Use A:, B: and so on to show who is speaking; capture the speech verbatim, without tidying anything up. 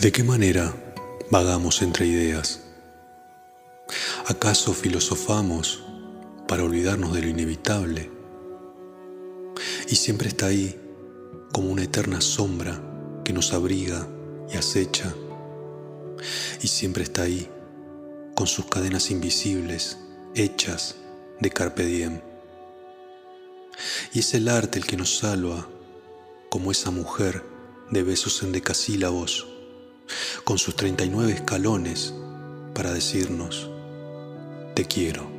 A: ¿De qué manera vagamos entre ideas? ¿Acaso filosofamos para olvidarnos de lo inevitable? Y siempre está ahí, como una eterna sombra que nos abriga y acecha. Y siempre está ahí, con sus cadenas invisibles, hechas de carpe diem. Y es el arte el que nos salva, como esa mujer de besos en decasílabos, con sus treinta y nueve escalones para decirnos: te quiero.